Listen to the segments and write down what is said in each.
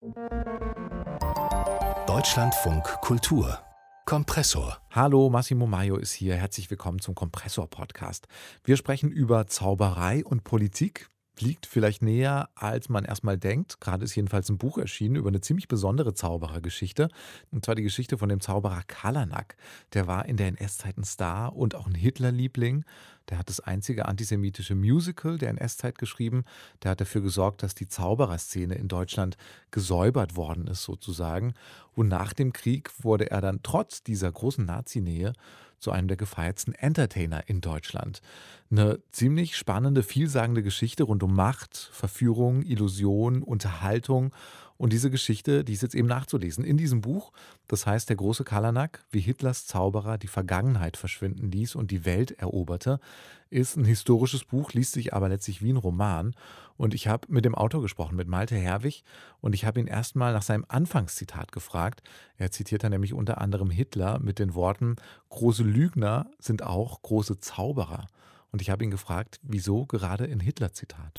Deutschlandfunk Kultur Kompressor. Hallo, Massimo Maio ist hier. Herzlich willkommen zum Kompressor-Podcast. Wir sprechen über Zauberei und Politik. Liegt vielleicht näher, als man erstmal denkt. Gerade ist jedenfalls ein Buch erschienen über eine ziemlich besondere Zauberergeschichte. Und zwar die Geschichte von dem Zauberer Kalanak. Der war in der NS-Zeit ein Star und auch ein Hitlerliebling. Der hat das einzige antisemitische Musical der NS-Zeit geschrieben. Der hat dafür gesorgt, dass die Zaubererszene in Deutschland gesäubert worden ist, sozusagen. Und nach dem Krieg wurde er dann trotz dieser großen Nazi-Nähe zu einem der gefeiertsten Entertainer in Deutschland. Eine ziemlich spannende, vielsagende Geschichte rund um Macht, Verführung, Illusion, Unterhaltung. Und diese Geschichte, die ist jetzt eben nachzulesen in diesem Buch. Das heißt, der große Kalanak, wie Hitlers Zauberer die Vergangenheit verschwinden ließ und die Welt eroberte, ist ein historisches Buch, liest sich aber letztlich wie ein Roman. Und ich habe mit dem Autor gesprochen, mit Malte Herwig, und ich habe ihn erstmal nach seinem Anfangszitat gefragt. Er zitiert dann nämlich unter anderem Hitler mit den Worten: Große Lügner sind auch große Zauberer. Und ich habe ihn gefragt, wieso gerade ein Hitler-Zitat?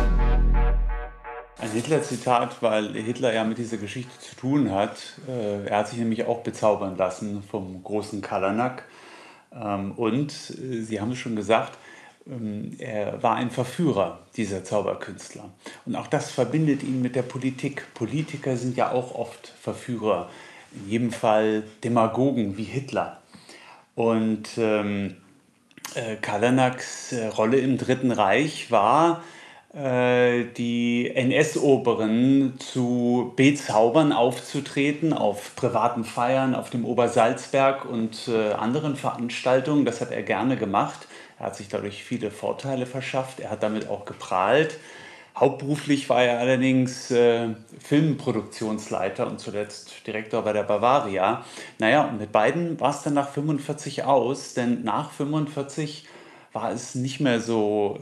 Ein Hitler-Zitat, weil Hitler ja mit dieser Geschichte zu tun hat. Er hat sich nämlich auch bezaubern lassen vom großen Kalanak. Und Sie haben es schon gesagt, er war ein Verführer, dieser Zauberkünstler. Und auch das verbindet ihn mit der Politik. Politiker sind ja auch oft Verführer, in jedem Fall Demagogen wie Hitler. Und Kalanaks Rolle im Dritten Reich war, die NS-Oberen zu bezaubern, aufzutreten auf privaten Feiern, auf dem Obersalzberg und anderen Veranstaltungen. Das hat er gerne gemacht. Er hat sich dadurch viele Vorteile verschafft. Er hat damit auch geprahlt. Hauptberuflich war er allerdings Filmproduktionsleiter und zuletzt Direktor bei der Bavaria. Naja, und mit beiden war es dann nach 45 aus, denn nach 45 war es nicht mehr so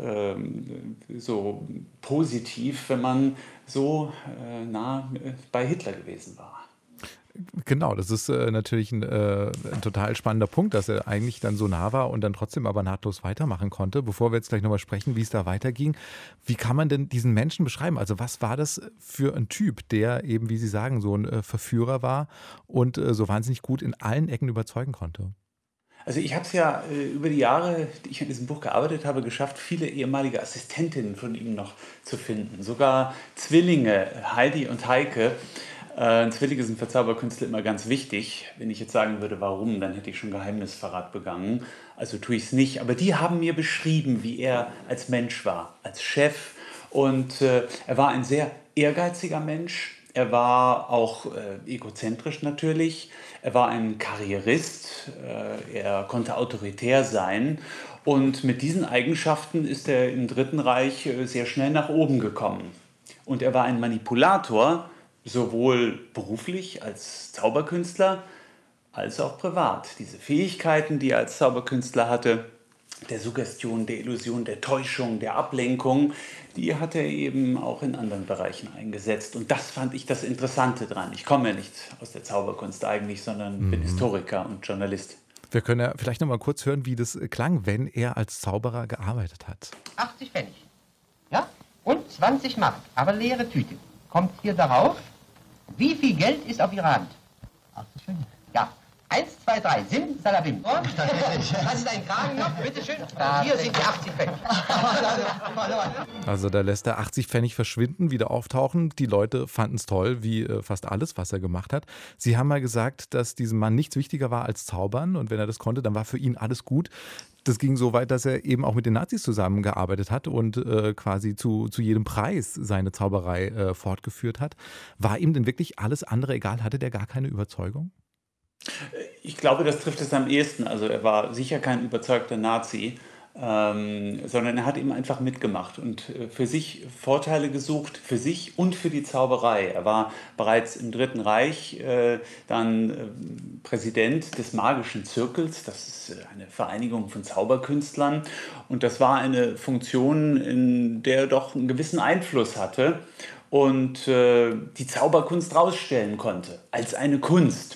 positiv, wenn man so nah bei Hitler gewesen war. Genau, das ist natürlich ein total spannender Punkt, dass er eigentlich dann so nah war und dann trotzdem aber nahtlos weitermachen konnte. Bevor wir jetzt gleich nochmal sprechen, wie es da weiterging, wie kann man denn diesen Menschen beschreiben? Also was war das für ein Typ, der eben, wie Sie sagen, so ein Verführer war und so wahnsinnig gut in allen Ecken überzeugen konnte? Also ich habe es ja über die Jahre, die ich an diesem Buch gearbeitet habe, geschafft, viele ehemalige Assistentinnen von ihm noch zu finden. Sogar Zwillinge, Heidi und Heike. Zwillinge sind für Zauberkünstler immer ganz wichtig. Wenn ich jetzt sagen würde, warum, dann hätte ich schon Geheimnisverrat begangen. Also tue ich es nicht. Aber die haben mir beschrieben, wie er als Mensch war, als Chef. Und er war ein sehr ehrgeiziger Mensch. Er war auch egozentrisch natürlich. Er war ein Karrierist. Er konnte autoritär sein. Und mit diesen Eigenschaften ist er im Dritten Reich sehr schnell nach oben gekommen. Und er war ein Manipulator, sowohl beruflich als Zauberkünstler als auch privat. Diese Fähigkeiten, die er als Zauberkünstler hatte, der Suggestion, der Illusion, der Täuschung, der Ablenkung, die hat er eben auch in anderen Bereichen eingesetzt. Und das fand ich das Interessante dran. Ich komme ja nicht aus der Zauberkunst eigentlich, sondern bin Historiker und Journalist. Wir können ja vielleicht noch mal kurz hören, wie das klang, wenn er als Zauberer gearbeitet hat. 80 Pfennig. Ja? Und 20 Mark, aber leere Tüte. Kommt hier darauf, wie viel Geld ist auf Ihrer Hand? 80 Pfennig. Ja. 1, 2, 3, Sim, Salabim. Und? Das ist ein Kragen noch, bitteschön. Hier sind die 80 Pfennig. Also da lässt er 80 Pfennig verschwinden, wieder auftauchen. Die Leute fanden es toll, wie fast alles, was er gemacht hat. Sie haben mal gesagt, dass diesem Mann nichts wichtiger war als Zaubern. Und wenn er das konnte, dann war für ihn alles gut. Das ging so weit, dass er eben auch mit den Nazis zusammengearbeitet hat und quasi zu jedem Preis seine Zauberei fortgeführt hat. War ihm denn wirklich alles andere egal? Hatte der gar keine Überzeugung? Ich glaube, das trifft es am ehesten. Also er war sicher kein überzeugter Nazi, sondern er hat eben einfach mitgemacht und für sich Vorteile gesucht, für sich und für die Zauberei. Er war bereits im Dritten Reich dann Präsident des Magischen Zirkels. Das ist eine Vereinigung von Zauberkünstlern und das war eine Funktion, in der er doch einen gewissen Einfluss hatte und die Zauberkunst rausstellen konnte als eine Kunst.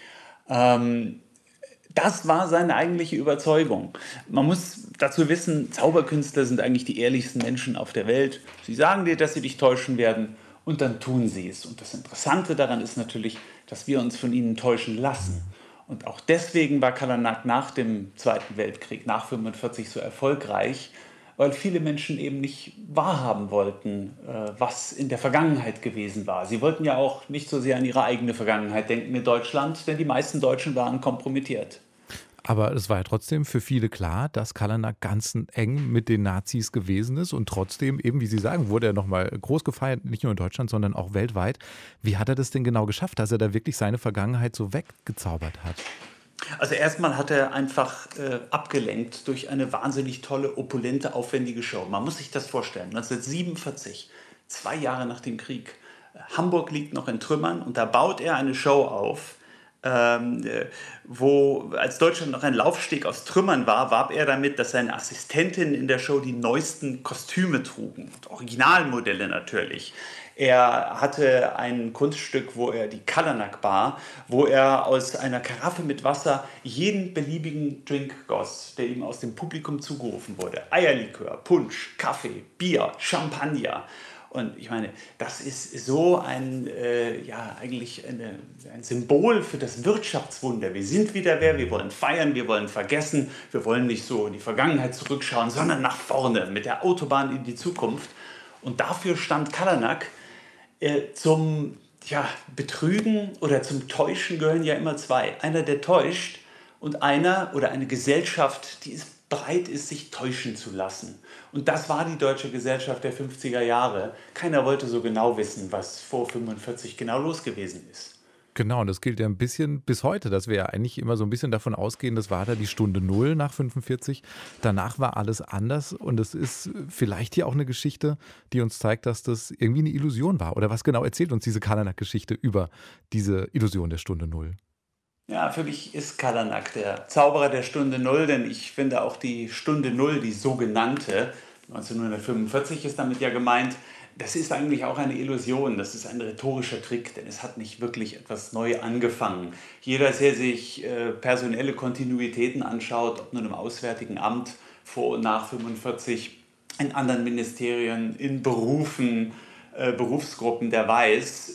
Das war seine eigentliche Überzeugung. Man muss dazu wissen, Zauberkünstler sind eigentlich die ehrlichsten Menschen auf der Welt. Sie sagen dir, dass sie dich täuschen werden und dann tun sie es. Und das Interessante daran ist natürlich, dass wir uns von ihnen täuschen lassen. Und auch deswegen war Kalanak nach dem Zweiten Weltkrieg, nach 1945 so erfolgreich, weil viele Menschen eben nicht wahrhaben wollten, was in der Vergangenheit gewesen war. Sie wollten ja auch nicht so sehr an ihre eigene Vergangenheit denken in Deutschland, denn die meisten Deutschen waren kompromittiert. Aber es war ja trotzdem für viele klar, dass Kalanak ganz eng mit den Nazis gewesen ist und trotzdem eben, wie Sie sagen, wurde er nochmal groß gefeiert, nicht nur in Deutschland, sondern auch weltweit. Wie hat er das denn genau geschafft, dass er da wirklich seine Vergangenheit so weggezaubert hat? Also erstmal hat er einfach abgelenkt durch eine wahnsinnig tolle, opulente, aufwendige Show. Man muss sich das vorstellen. 1947, 2 Jahre nach dem Krieg, Hamburg liegt noch in Trümmern und da baut er eine Show auf, wo, als Deutschland noch ein Laufsteg aus Trümmern war, warb er damit, dass seine Assistentinnen in der Show die neuesten Kostüme trugen. Originalmodelle natürlich. Er hatte ein Kunststück, wo er die Kalanak Bar, wo er aus einer Karaffe mit Wasser jeden beliebigen Drink goss, der ihm aus dem Publikum zugerufen wurde. Eierlikör, Punsch, Kaffee, Bier, Champagner. Und ich meine, das ist so ein Symbol für das Wirtschaftswunder. Wir sind wieder wer, wir wollen feiern, wir wollen vergessen, wir wollen nicht so in die Vergangenheit zurückschauen, sondern nach vorne mit der Autobahn in die Zukunft. Und dafür stand Kalanak. Zum Betrügen oder zum Täuschen gehören ja immer zwei. Einer, der täuscht, und einer oder eine Gesellschaft, die bereit ist, sich täuschen zu lassen. Und das war die deutsche Gesellschaft der 50er Jahre. Keiner wollte so genau wissen, was vor 1945 genau los gewesen ist. Genau, und das gilt ja ein bisschen bis heute, dass wir ja eigentlich immer so ein bisschen davon ausgehen, das war da die Stunde Null nach 45. Danach war alles anders und es ist vielleicht hier auch eine Geschichte, die uns zeigt, dass das irgendwie eine Illusion war. Oder was genau erzählt uns diese Kalanak-Geschichte über diese Illusion der Stunde Null? Ja, für mich ist Kalanak der Zauberer der Stunde Null, denn ich finde auch die Stunde Null, die sogenannte, 1945 ist damit ja gemeint, das ist eigentlich auch eine Illusion, das ist ein rhetorischer Trick, denn es hat nicht wirklich etwas neu angefangen. Jeder, der sich personelle Kontinuitäten anschaut, ob nun im Auswärtigen Amt vor und nach 1945, in anderen Ministerien, in Berufen, Berufsgruppen, der weiß,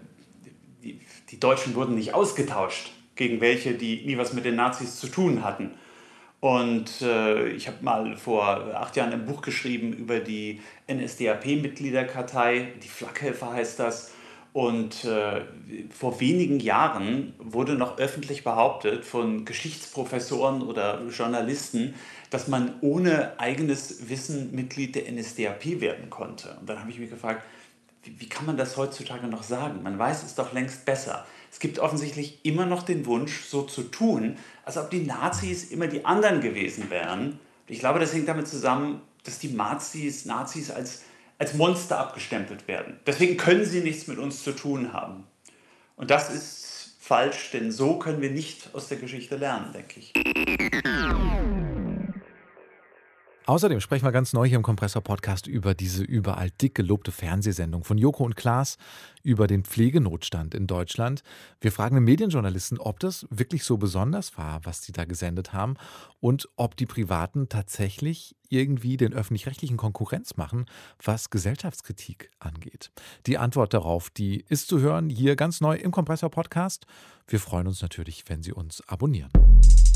die Deutschen wurden nicht ausgetauscht gegen welche, die nie was mit den Nazis zu tun hatten. Und ich habe mal vor 8 Jahren ein Buch geschrieben über die NSDAP-Mitgliederkartei, die Flakhelfer heißt das. Und vor wenigen Jahren wurde noch öffentlich behauptet von Geschichtsprofessoren oder Journalisten, dass man ohne eigenes Wissen Mitglied der NSDAP werden konnte. Und dann habe ich mich gefragt, wie kann man das heutzutage noch sagen? Man weiß es doch längst besser. Es gibt offensichtlich immer noch den Wunsch, so zu tun, als ob die Nazis immer die anderen gewesen wären. Ich glaube, das hängt damit zusammen, dass die Nazis als Monster abgestempelt werden. Deswegen können sie nichts mit uns zu tun haben. Und das ist falsch, denn so können wir nicht aus der Geschichte lernen, denke ich. Außerdem sprechen wir ganz neu hier im Kompressor-Podcast über diese überall dick gelobte Fernsehsendung von Joko und Klaas über den Pflegenotstand in Deutschland. Wir fragen den Medienjournalisten, ob das wirklich so besonders war, was sie da gesendet haben und ob die Privaten tatsächlich irgendwie den Öffentlich-Rechtlichen Konkurrenz machen, was Gesellschaftskritik angeht. Die Antwort darauf, die ist zu hören hier ganz neu im Kompressor-Podcast. Wir freuen uns natürlich, wenn Sie uns abonnieren.